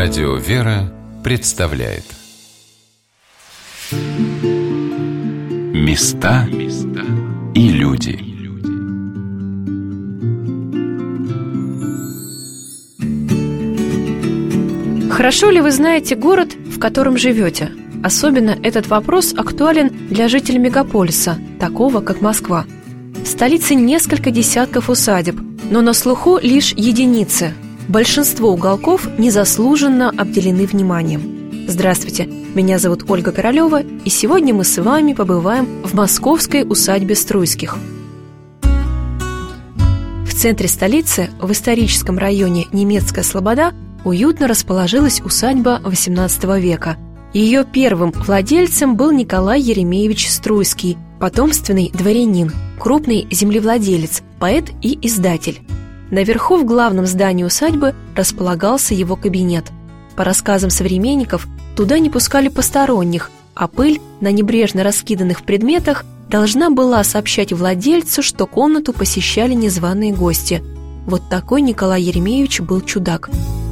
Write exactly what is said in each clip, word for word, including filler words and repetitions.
Радио «Вера» представляет Места и люди. Хорошо ли вы знаете город, в котором живете? Особенно этот вопрос актуален для жителей мегаполиса, такого как Москва. В столице несколько десятков усадеб, но на слуху лишь единицы. Большинство уголков незаслуженно обделены вниманием. Здравствуйте, меня зовут Ольга Королева, и сегодня мы с вами побываем в московской усадьбе Струйских. В центре столицы, в историческом районе Немецкая Слобода, уютно расположилась усадьба восемнадцатого века. Ее первым владельцем был Николай Еремеевич Струйский, потомственный дворянин, крупный землевладелец, поэт и издатель. Наверху в главном здании усадьбы располагался его кабинет. По рассказам современников, туда не пускали посторонних, а пыль на небрежно раскиданных предметах должна была сообщать владельцу, что комнату посещали незваные гости. Вот такой Николай Еремеевич был чудак.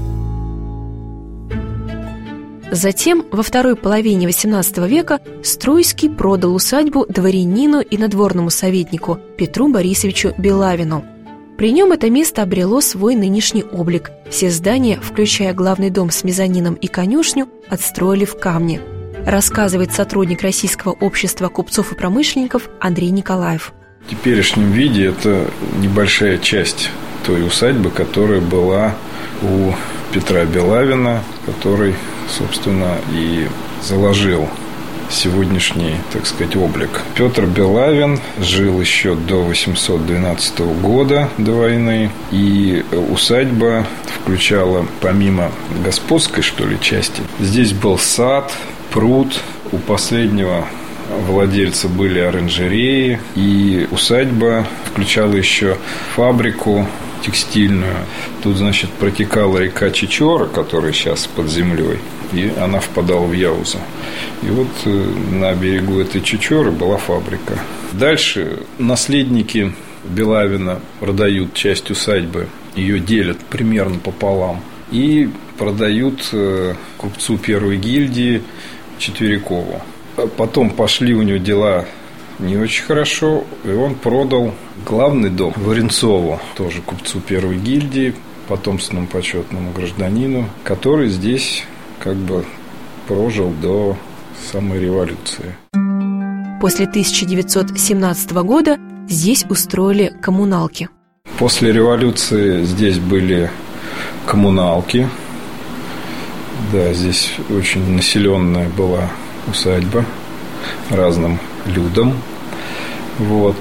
Затем, во второй половине восемнадцатого века, Струйский продал усадьбу дворянину и надворному советнику Петру Борисовичу Белавину. При нем это место обрело свой нынешний облик. Все здания, включая главный дом с мезонином и конюшню, отстроили в камне, рассказывает сотрудник Российского общества купцов и промышленников Андрей Николаев. В теперешнем виде это небольшая часть той усадьбы, которая была у Петра Белавина, который, собственно, и заложил сегодняшний, так сказать, облик. Петр Белавин жил еще до восемьсот двенадцатого года, до войны, и усадьба включала, помимо господской, что ли, части, здесь был сад, пруд, у последнего владельца были оранжереи, и усадьба включала еще фабрику текстильную. Тут, значит, протекала река Чечора, которая сейчас под землей, и она впадала в Яузу. И вот на берегу этой Чечоры была фабрика. Дальше наследники Белавина продают часть усадьбы, ее делят примерно пополам, и продают купцу первой гильдии Четверикову. Потом пошли у него дела не очень хорошо, и он продал главный дом Варенцову, тоже купцу первой гильдии, потомственному почетному гражданину, который здесь как бы прожил до самой революции. После тысяча девятьсот семнадцатого года здесь устроили коммуналки. После революции здесь были коммуналки. Да, здесь очень населенная была усадьба разным людом. Вот.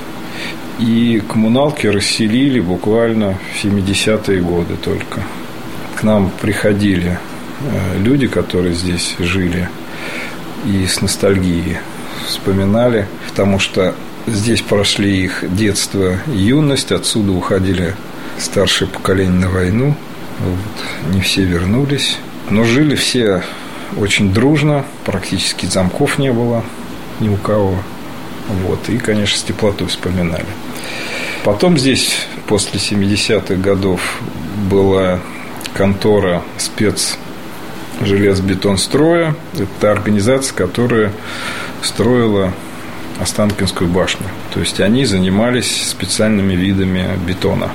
И коммуналки расселили буквально в семидесятые годы только. К нам приходили люди, которые здесь жили, и с ностальгией вспоминали, потому что здесь прошли их детство и юность, отсюда уходили старшее поколение на войну, вот, не все вернулись, но жили все очень дружно, практически замков не было ни у кого, вот, и, конечно, с теплотой вспоминали. Потом здесь после семидесятых годов была контора спец железобетонстроя. Это организация, которая строила Останкинскую башню. То есть они занимались специальными видами бетона.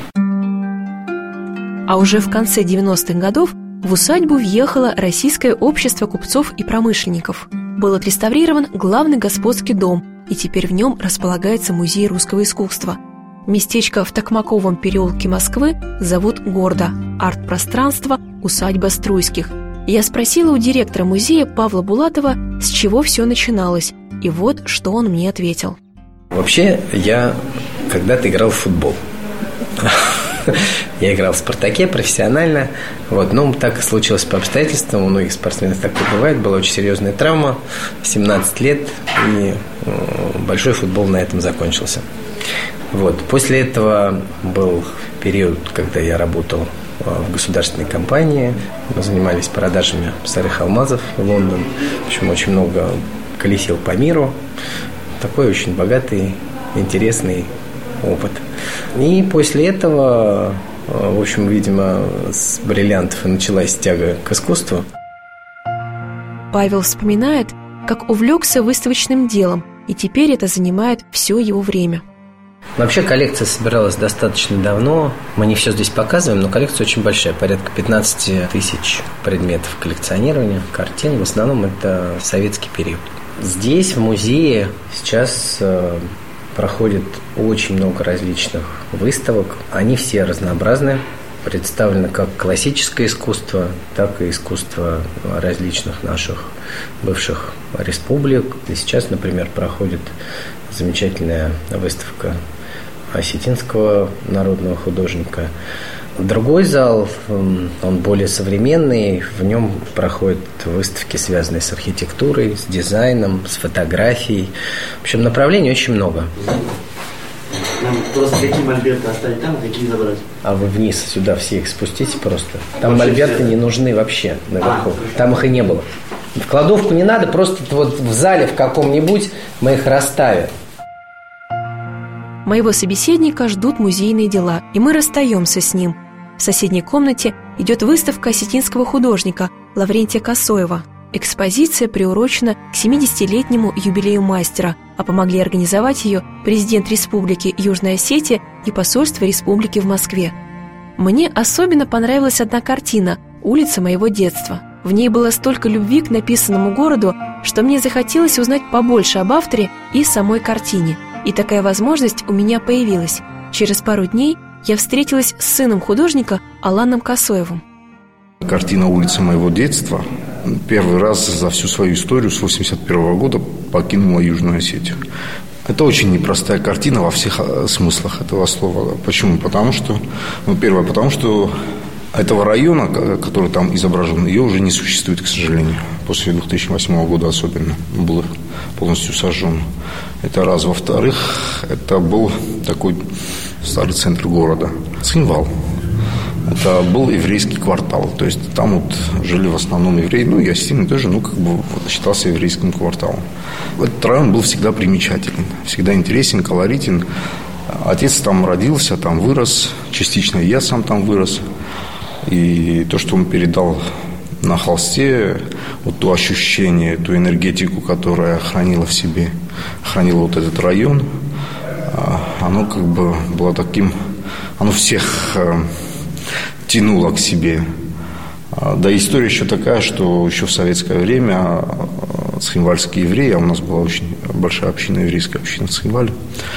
А уже в конце девяностых годов в усадьбу въехало Российское общество купцов и промышленников. Был отреставрирован главный господский дом, и теперь в нем располагается музей русского искусства. Местечко в Токмаковом переулке Москвы зовут гордо арт-пространство «Усадьба Струйских». Я спросила у директора музея Павла Булатова, с чего все начиналось, и вот что он мне ответил. Вообще, я когда-то играл в футбол. Я играл в «Спартаке» профессионально. Вот, но так случилось по обстоятельствам. У многих спортсменов такое бывает. Была очень серьезная травма. семнадцать лет, и большой футбол на этом закончился. Вот. После этого был период, когда я работал в государственной компании. Мы занимались продажами старых алмазов в Лондон. В общем, очень много колесил по миру. Такой очень богатый, интересный опыт. И после этого В общем, видимо, с бриллиантов и началась тяга к искусству. Павел вспоминает, как увлекся выставочным делом, и теперь это занимает все его время. Вообще коллекция собиралась достаточно давно. Мы не все здесь показываем, но коллекция очень большая. Порядка пятнадцать тысяч предметов коллекционирования, картин. В основном это советский период. Здесь, в музее, сейчас э, проходит очень много различных выставок. Они все разнообразны. Представлено как классическое искусство, так и искусство различных наших бывших республик. И сейчас, например, проходит замечательная выставка осетинского народного художника. Другой зал, он более современный, в нем проходят выставки, связанные с архитектурой, с дизайном, с фотографией. В общем, направлений очень много. Нам просто какие мольберты оставить там, какие забрать? А вы вниз, сюда все их спустите просто. Там мольберты не нужны вообще наверху. А, там их и не было. В кладовку не надо, просто вот в зале в каком-нибудь мы их расставим. Моего собеседника ждут музейные дела, и мы расстаемся с ним. В соседней комнате идет выставка осетинского художника Лаврентия Косоева. Экспозиция приурочена к семидесятилетнему юбилею мастера, а помогли организовать ее президент Республики Южная Осетия и посольство республики в Москве. Мне особенно понравилась одна картина «Улица моего детства». В ней было столько любви к написанному городу, что мне захотелось узнать побольше об авторе и самой картине. И такая возможность у меня появилась. Через пару дней я встретилась с сыном художника Аланом Косоевым. Картина «Улица моего детства» первый раз за всю свою историю с восемьдесят первого года покинула Южную Осетию. Это очень непростая картина во всех смыслах этого слова. Почему? Потому что, ну, первое, потому что этого района, который там изображен, ее уже не существует, к сожалению. После две тысячи восьмого года особенно был полностью сожжен. Это раз. Во-вторых, это был такой старый центр города. Цхинвал. Это был еврейский квартал. То есть там вот жили в основном евреи. Ну, и осетины тоже, ну, как бы считался еврейским кварталом. Этот район был всегда примечателен, всегда интересен, колоритен. Отец там родился, там вырос. Частично я сам там вырос. И то, что он передал на холсте, вот то ощущение, ту энергетику, которая хранила в себе, хранила вот этот район, оно как бы было таким, оно всех тянуло к себе. Да, история еще такая, что еще в советское время цхинвальские евреи, а у нас была очень большая община, еврейская община в Цхинвале,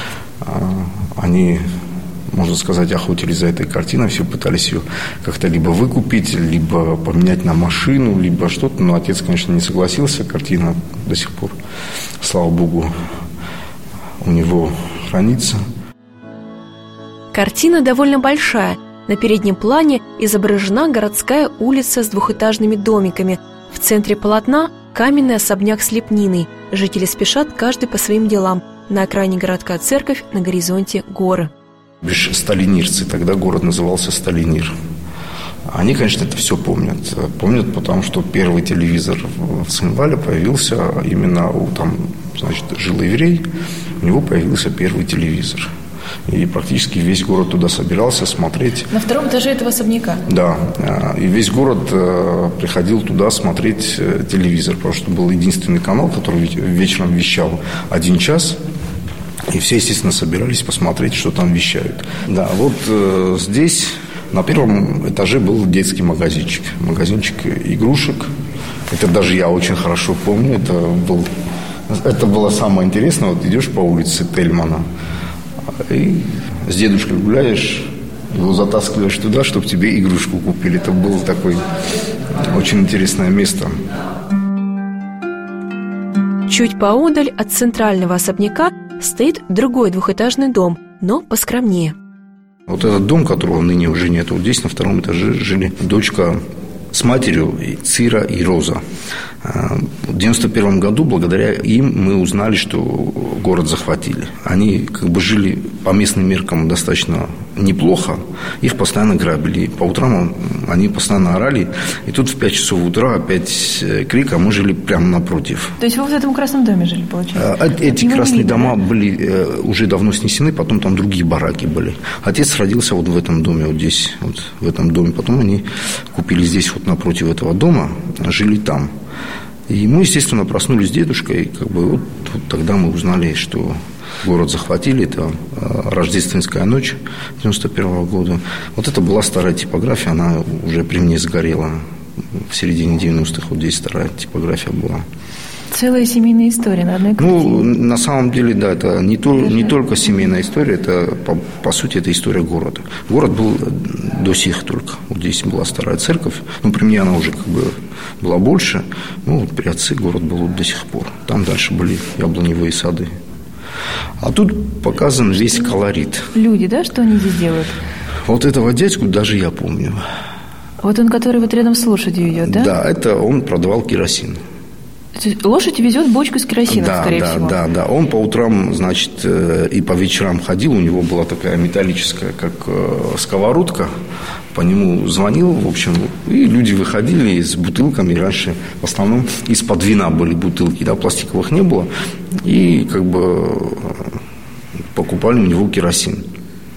они, можно сказать, охотились за этой картиной, все пытались ее как-то либо выкупить, либо поменять на машину, либо что-то. Но отец, конечно, не согласился. Картина до сих пор, слава богу, у него хранится. Картина довольно большая. На переднем плане изображена городская улица с двухэтажными домиками. В центре полотна каменный особняк с лепниной. Жители спешат каждый по своим делам. На окраине городка церковь, на горизонте горы. Сталинирцы, тогда город назывался Сталинир. Они, конечно, это все помнят. Помнят, потому что первый телевизор в Цхинвале появился именно у, там, значит, жил еврей, у него появился первый телевизор. И практически весь город туда собирался смотреть. На втором этаже этого особняка? Да. И весь город приходил туда смотреть телевизор, потому что был единственный канал, который вечером вещал один час. И все, естественно, собирались посмотреть, что там вещают. Да, вот э, здесь на первом этаже был детский магазинчик. Магазинчик игрушек. Это даже я очень хорошо помню. Это, был, это было самое интересное. Вот идешь по улице Тельмана и с дедушкой гуляешь, его затаскиваешь туда, чтобы тебе игрушку купили. Это было такое очень интересное место. Чуть поодаль от центрального особняка стоит другой двухэтажный дом, но поскромнее. Вот этот дом, которого ныне уже нет, вот здесь на втором этаже жили дочка с матерью Цира и Роза. В девяносто первом году благодаря им мы узнали, что город захватили. Они как бы жили по местным меркам достаточно неплохо. Их постоянно грабили. По утрам они постоянно орали. И тут в пять часов утра опять крик, а мы жили прямо напротив. То есть вы в этом красном доме жили, получается? Эти красные дома были уже давно снесены, потом там другие бараки были. Отец родился вот в этом доме, вот здесь, вот в этом доме. Потом они купили здесь вот напротив этого дома, жили там. И мы, естественно, проснулись с дедушкой, и как бы вот, вот тогда мы узнали, что город захватили. Это рождественская ночь девяносто первого года. Вот это была старая типография, она уже при мне сгорела. В середине девяностых вот здесь старая типография была. Целая семейная история на одной картине. Ну, на самом деле, да, это не, то, не только семейная история, это, по, по сути, это история города. Город был до сих только. Вот здесь была старая церковь, ну, при мне она уже как бы была больше, ну, вот при отце город был вот до сих пор. Там дальше были яблоневые сады. А тут показан весь колорит. Люди, да, что они здесь делают? Вот этого дядьку даже я помню. Вот он, который вот рядом с лошадью идет, да? Да, это он продавал керосин. Лошадь везет бочку с керосином, да, скорее да, всего. Да, да, да. Он по утрам, значит, и по вечерам ходил. У него была такая металлическая, как сковородка. По нему звонил, в общем, и люди выходили с бутылками. Раньше в основном из-под вина были бутылки, да, пластиковых не было. И как бы покупали у него керосин.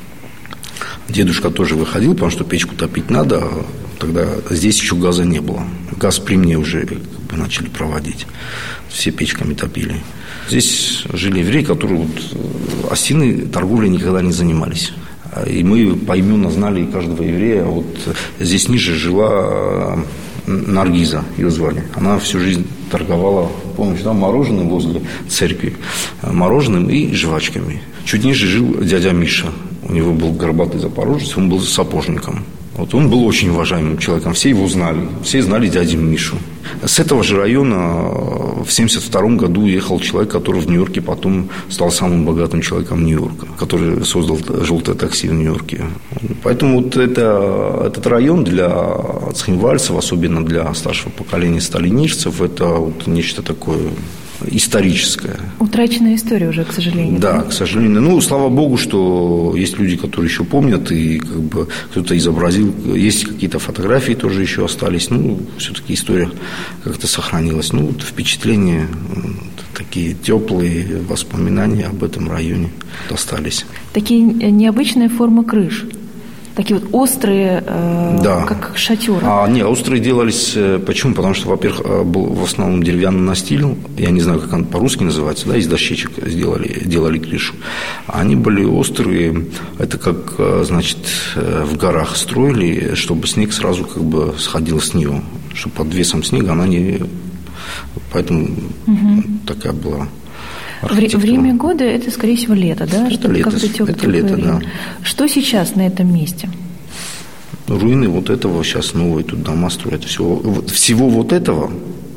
Дедушка тоже выходил, потому что печку топить надо. Тогда здесь еще газа не было. Газ при мне уже как бы начали проводить. Все печками топили. Здесь жили евреи, которые вот осиной торговлей никогда не занимались. И мы поименно знали каждого еврея. Вот здесь ниже жила Наргиза, ее звали. Она всю жизнь торговала, помнишь, да, мороженым возле церкви. Мороженым и жвачками. Чуть ниже жил дядя Миша. У него был горбатый запорожец, он был сапожником. Вот он был очень уважаемым человеком, все его знали, все знали дядю Мишу. С этого же района в семьдесят втором году уехал человек, который в Нью-Йорке потом стал самым богатым человеком Нью-Йорка, который создал желтое такси в Нью-Йорке. Поэтому вот это, этот район для цхинвальцев, особенно для старшего поколения сталинистов, это вот нечто такое историческая. Утраченная история уже, к сожалению. Да, к сожалению. Ну, слава богу, что есть люди, которые еще помнят, и как бы кто-то изобразил. Есть какие-то фотографии тоже еще остались. Ну, все-таки история как-то сохранилась. Ну, вот впечатления, такие теплые воспоминания об этом районе остались. Такие необычные формы крыш. Такие вот острые, э, да. как шатер. А, не, острые делались, почему? Потому что, во-первых, был в основном деревянный настил, я не знаю, как он по-русски называется, да, из дощечек сделали, делали крышу. Они были острые, это как, значит, в горах строили, чтобы снег сразу как бы сходил с нее, чтобы под весом снега она не... Поэтому угу. такая была... Время года – это, скорее всего, лето, да? Это лето, это лето, да. Что сейчас на этом месте? Руины вот этого, сейчас новые тут дома строят. Всего, всего вот этого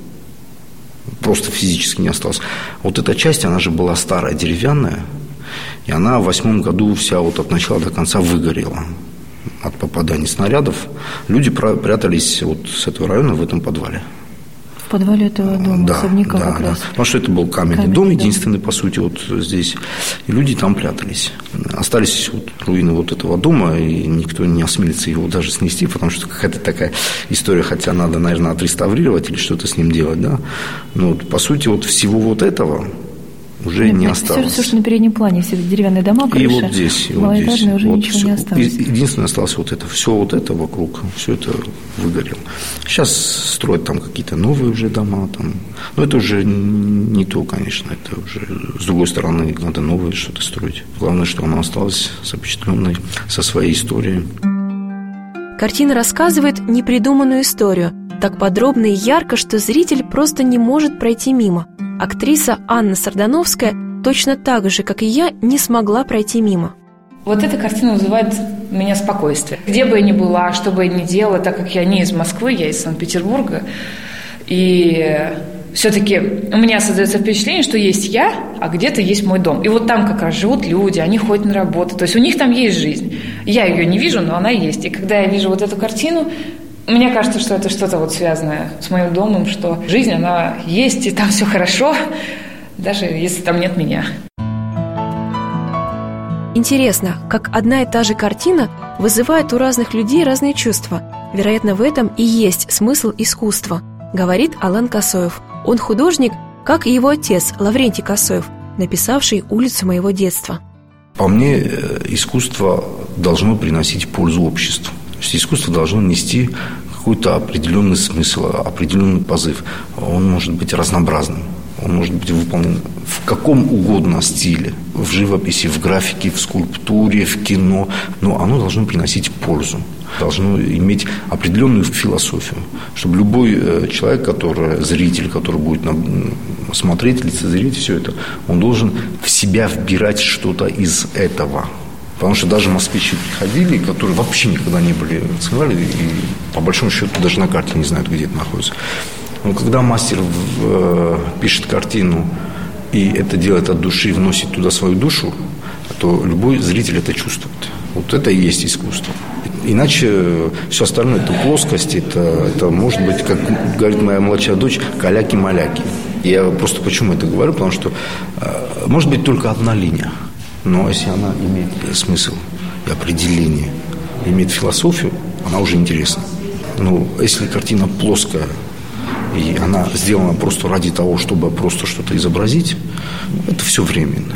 просто физически не осталось. Вот эта часть, она же была старая, деревянная, и она в восьмом году вся вот от начала до конца выгорела от попаданий снарядов. Люди прятались вот с этого района в этом подвале. В подвале этого дома, да, особняка да, как да. раз. Потому что это был каменный, каменный дом, единственный, по сути, вот здесь. И люди там прятались. Остались вот руины вот этого дома, и никто не осмелится его даже снести, потому что какая-то такая история, хотя надо, наверное, отреставрировать или что-то с ним делать, да. Но вот, по сути, вот всего вот этого уже Нет, не осталось. Все, все, что на переднем плане, все деревянные дома, крыши, и вот здесь, и вот здесь. уже вот ничего все. не осталось. Единственное осталось вот это. Все вот это вокруг, все это выгорело. Сейчас строят там какие-то новые уже дома. Там. Но это уже не то, конечно. Это уже, с другой стороны, надо новое что-то строить. Главное, что оно осталось запечатленной со своей историей. Картина рассказывает непридуманную историю, так подробно и ярко, что зритель просто не может пройти мимо. Актриса Анна Сардановская точно так же, как и я, не смогла пройти мимо. Вот эта картина вызывает у меня спокойствие. Где бы я ни была, что бы я ни делала, так как я не из Москвы, я из Санкт-Петербурга, и все-таки у меня создается впечатление, что есть я, а где-то есть мой дом. И вот там как раз живут люди, они ходят на работу, то есть у них там есть жизнь. Я ее не вижу, но она есть. И когда я вижу вот эту картину, Мне кажется, что это что-то вот связанное с моим домом, что жизнь, она есть, и там все хорошо, даже если там нет меня. Интересно, как одна и та же картина вызывает у разных людей разные чувства. Вероятно, в этом и есть смысл искусства, говорит Алан Косоев. Он художник, как и его отец Лаврентий Косоев, написавший «Улицу моего детства». По мне, искусство должно приносить пользу обществу. То есть искусство должно нести какой-то определенный смысл, определенный позыв. Он может быть разнообразным. Он может быть выполнен в каком угодно стиле. В живописи, в графике, в скульптуре, в кино. Но оно должно приносить пользу. Должно иметь определенную философию. Чтобы любой человек, который, зритель, который будет смотреть, лицезреть все это, он должен в себя вбирать что-то из этого. Потому что даже москвичи приходили, которые вообще никогда не были в Централе, и по большому счету даже на карте не знают, где это находится. Но когда мастер э, пишет картину и это делает от души, вносит туда свою душу, то любой зритель это чувствует. Вот это и есть искусство. Иначе все остальное – это плоскость, это, это может быть, как говорит моя младшая дочь, каляки-маляки. Я просто почему это говорю, потому что э, может быть только одна линия, но если она имеет смысл и определение, имеет философию, она уже интересна. Но если картина плоская, и она сделана просто ради того, чтобы просто что-то изобразить, это все временно.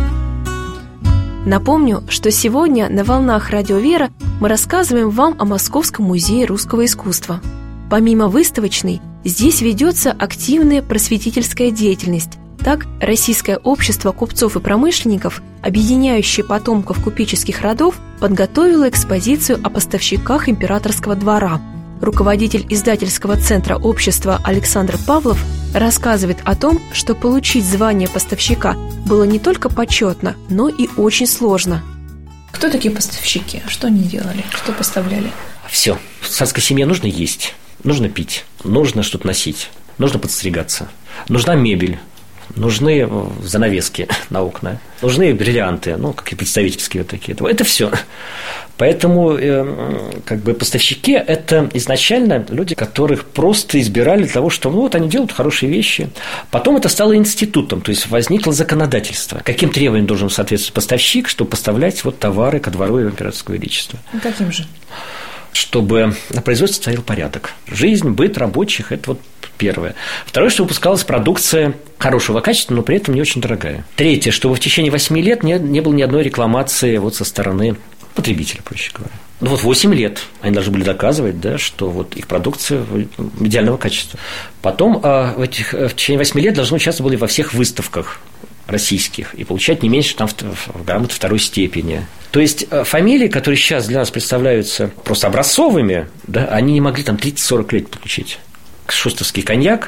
Напомню, что сегодня на волнах Радио Вера мы рассказываем вам о Московском музее русского искусства. Помимо выставочной, здесь ведется активная просветительская деятельность. Так, Российское общество купцов и промышленников, объединяющее потомков купеческих родов, подготовило экспозицию о поставщиках императорского двора. Руководитель издательского центра общества Александр Павлов рассказывает о том, что получить звание поставщика было не только почетно, но и очень сложно. Кто такие поставщики? Что они делали? Что поставляли? Все. В царской семье нужно есть, нужно пить, нужно что-то носить, нужно подстригаться, нужна мебель, нужны занавески на окна, нужны бриллианты, ну, как и представительские вот такие. Это все. Поэтому как бы поставщики – это изначально люди, которых просто избирали для того, что ну, вот они делают хорошие вещи. Потом это стало институтом, то есть возникло законодательство. Каким требованиям должен соответствовать поставщик, чтобы поставлять вот товары ко двору его императорского величества? Каким же? Чтобы на производстве царил порядок. Жизнь, быт рабочих – это вот первое. Второе, что выпускалась продукция хорошего качества, но при этом не очень дорогая. Третье, чтобы в течение восьми лет не, не было ни одной рекламации вот со стороны потребителя, проще говоря. Ну вот восемь лет они должны были доказывать, да, что вот их продукция идеального качества. Потом в, этих, в течение восьми лет должны участвовать были во всех выставках российских и получать не меньше там грамоты второй степени. То есть фамилии, которые сейчас для нас представляются просто образцовыми, да, они не могли там тридцать-сорок лет получить. Шустовский коньяк,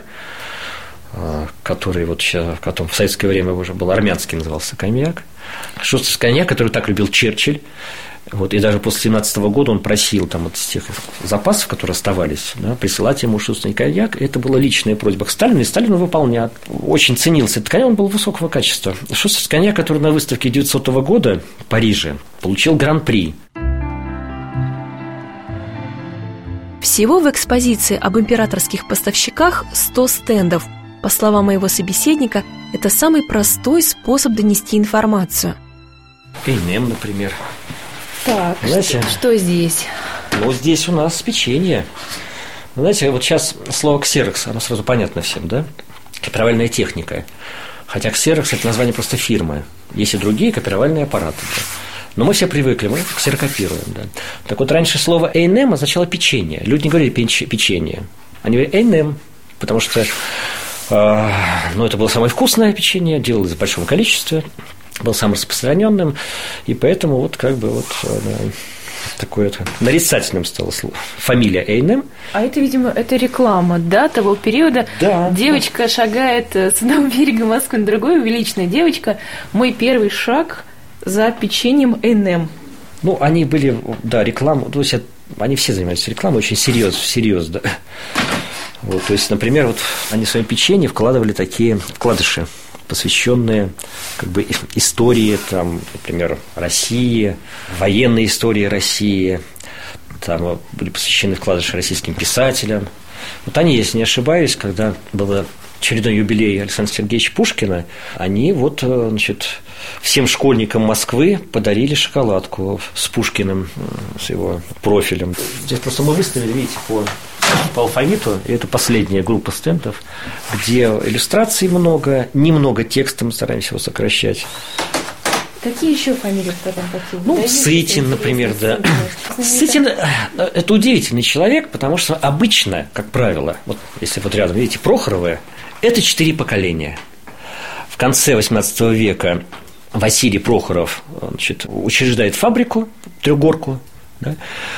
который вот сейчас, потом в советское время уже был армянский, назывался коньяк. Шустовский коньяк, который так любил Черчилль. Вот, и даже после семнадцатого года он просил там, вот, из тех запасов, которые оставались, да, присылать ему шустовский коньяк. Это была личная просьба к Сталину, и Сталин выполнял. Очень ценился этот коньяк, он был высокого качества. Шустовский коньяк, который на выставке девятисотого года в Париже получил гран-при. Всего в экспозиции об императорских поставщиках сто стендов. По словам моего собеседника, это самый простой способ донести информацию. Эйнем, например. Так, знаете, что, что здесь? Ну, здесь у нас печенье. Знаете, вот сейчас слово «ксерокс», оно сразу понятно всем, да? Копировальная техника. Хотя «ксерокс» – это название просто фирмы. Есть и другие копировальные аппараты. Да? Но мы все привыкли, мы ксерокопируем. Да? Так вот, раньше слово «эйнем» означало печенье. Люди не говорили печенье. Они говорили «эйнем», потому что э, ну, это было самое вкусное печенье, делалось в большом количестве, был самым распространенным, и поэтому вот как бы вот да, такое вот нарицательным стало слово. Фамилия Эйнем. А это, видимо, это реклама, да, того периода. Да. Девочка да. шагает с одного берега Москвы на другой, увеличенная девочка. Мой первый шаг за печеньем Эйнем. Ну, они были, да, реклама, то есть они все занимаются рекламой очень серьезно, серьезно, да. Вот, то есть, например, вот они в своем печенье вкладывали такие вкладыши, посвященные как бы истории, там, например, России, военной истории России, там были посвящены вкладыши российским писателям. Вот они, если не ошибаюсь, когда было очередной юбилей Александра Сергеевича Пушкина, они вот, значит, всем школьникам Москвы подарили шоколадку с Пушкиным, с его профилем. Здесь просто мы выставили, видите, по, по алфавиту, и это последняя группа стендов, где иллюстраций много, немного текста, мы стараемся его сокращать. Какие еще фамилии потом какие? Ну, да, Сытин, например, да. Сытин – это удивительный человек, потому что обычно, как правило, вот если вот рядом, видите, Прохоровы, это четыре поколения. В конце восемнадцатого века Василий Прохоров, значит, учреждает фабрику, трехгорку, да?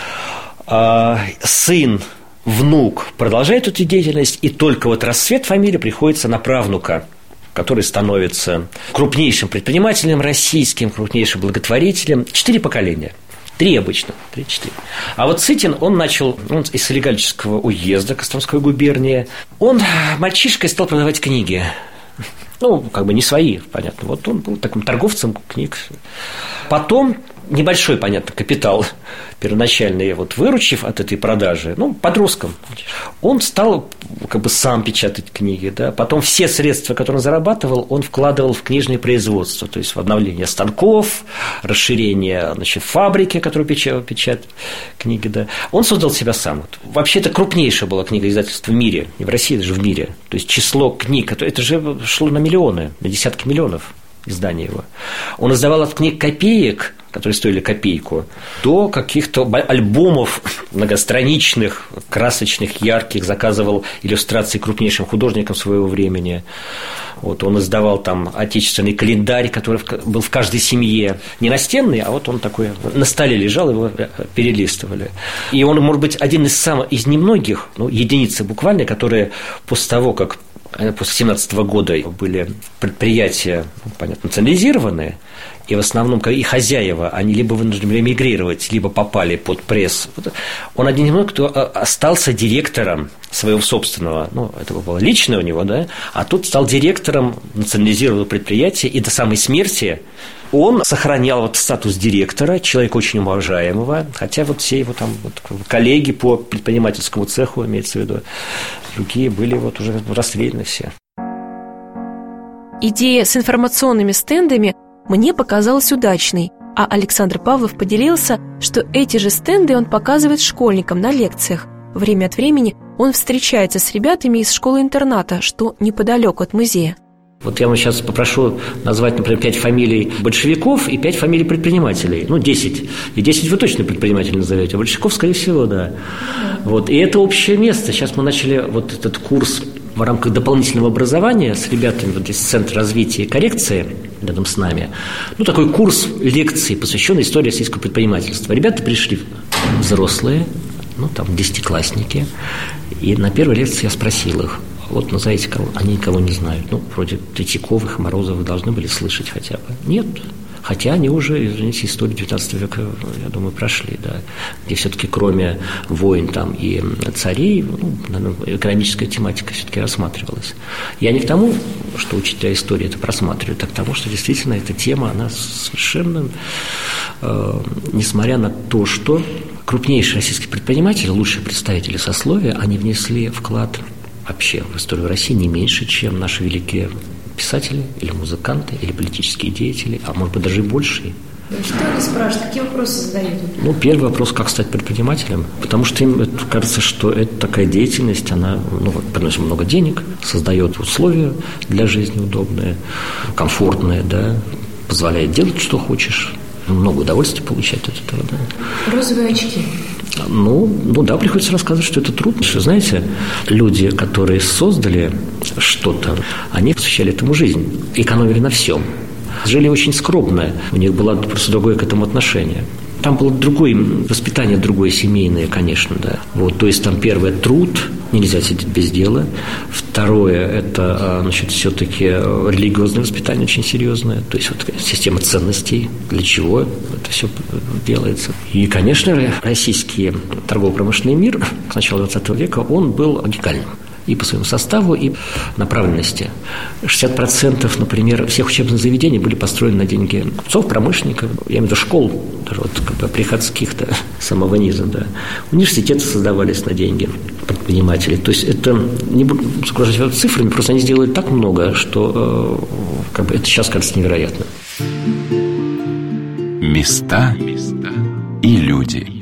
А сын, внук продолжает эту деятельность, и только вот расцвет фамилии приходится на правнука, который становится крупнейшим предпринимателем российским, крупнейшим благотворителем. Четыре поколения. Три обычно. Три-четыре. А вот Сытин, он начал он из Солигалического уезда Костромской губернии. Он мальчишкой стал продавать книги. Ну, как бы не свои, понятно. Вот он был таким торговцем книг. Потом небольшой, понятно, капитал первоначальный, вот выручив от этой продажи, ну, подростком, он стал как бы сам печатать книги, да, потом все средства, которые он зарабатывал, он вкладывал в книжное производство, то есть в обновление станков, расширение, значит, фабрики, которая печатает, печатает книги, да, он создал себя сам. Вот. Вообще, это крупнейшее было книгоиздательство в мире, не в России, даже в мире, то есть число книг, это же шло на миллионы, на десятки миллионов издания его. Он издавал от книг копеек, которые стоили копейку, до каких-то альбомов многостраничных, красочных, ярких, заказывал иллюстрации крупнейшим художникам своего времени. Вот, он издавал там отечественный календарь, который был в каждой семье, не настенный, а вот он такой на столе лежал, его перелистывали. И он, может быть, один из самых, из немногих, ну, единицы буквально, которые после того, как после семнадцатого года были предприятия, ну, понятно, национализированы, и в основном и хозяева, они либо вынуждены были эмигрировать, либо попали под пресс. Он один из многих, кто остался директором своего собственного, ну, это было личное у него, да, а тут стал директором национализированного предприятия, и до самой смерти он сохранял вот статус директора, человека очень уважаемого, хотя вот все его там вот коллеги по предпринимательскому цеху, имеется в виду, другие были вот уже расстреляны все. Идея с информационными стендами мне показалась удачной, а Александр Павлов поделился, что эти же стенды он показывает школьникам на лекциях. Время от времени он встречается с ребятами из школы-интерната, что неподалеку от музея. Вот я вам сейчас попрошу назвать, например, пять фамилий большевиков и пять фамилий предпринимателей. Ну, десять. И десять вы точно предпринимателей назовете, а большевиков, скорее всего, да. Вот. И это общее место. Сейчас мы начали вот этот курс в рамках дополнительного образования с ребятами вот здесь Центр развития и коррекции рядом с нами. Ну, такой курс лекций, посвященный истории российского предпринимательства. Ребята пришли взрослые, ну, там, десятиклассники. И на первой лекции я спросил их: вот назовите кого, они никого не знают. Ну, вроде Третьяковых, Морозовых должны были слышать хотя бы. Нет. Хотя они уже, извините, историю девятнадцатого века, я думаю, прошли, да, где все-таки кроме войн там и царей, ну, наверное, экономическая тематика все-таки рассматривалась. Я не к тому, что учителя истории это просматривают, а к тому, что действительно эта тема, она совершенно, э, несмотря на то, что крупнейшие российские предприниматели, лучшие представители сословия, они внесли вклад вообще в историю России не меньше, чем наши великие писатели, или музыканты, или политические деятели, а может быть даже и большие. Что они спрашивают? Какие вопросы задают? Ну, первый вопрос, как стать предпринимателем, потому что им кажется, что это такая деятельность, она, ну, приносит много денег, создает условия для жизни удобные, комфортные, да, позволяет делать, что хочешь, много удовольствия получать от этого, да. Розовые очки. Ну, ну да, приходится рассказывать, что это трудно. Что, знаете, люди, которые создали что-то, они посвящали этому жизнь, экономили на всем. Жили очень скромно, у них было просто другое к этому отношение. Там было другое воспитание, другое семейное, конечно, да. Вот, то есть там первое – труд, нельзя сидеть без дела. Второе – это, значит, все-таки религиозное воспитание очень серьезное, то есть вот система ценностей, для чего это все делается. И, конечно, российский торгово-промышленный мир к началу двадцатого века, он был уникальным. и по своему составу, и направленности. шестьдесят процентов, например, всех учебных заведений были построены на деньги купцов, промышленников, я имею в виду школ, даже вот как бы приходских-то, самого низа, да. Университеты создавались на деньги предпринимателей. То есть это, не буду загружать цифрами, просто они сделали так много, что как бы, это сейчас кажется невероятно. Места и люди.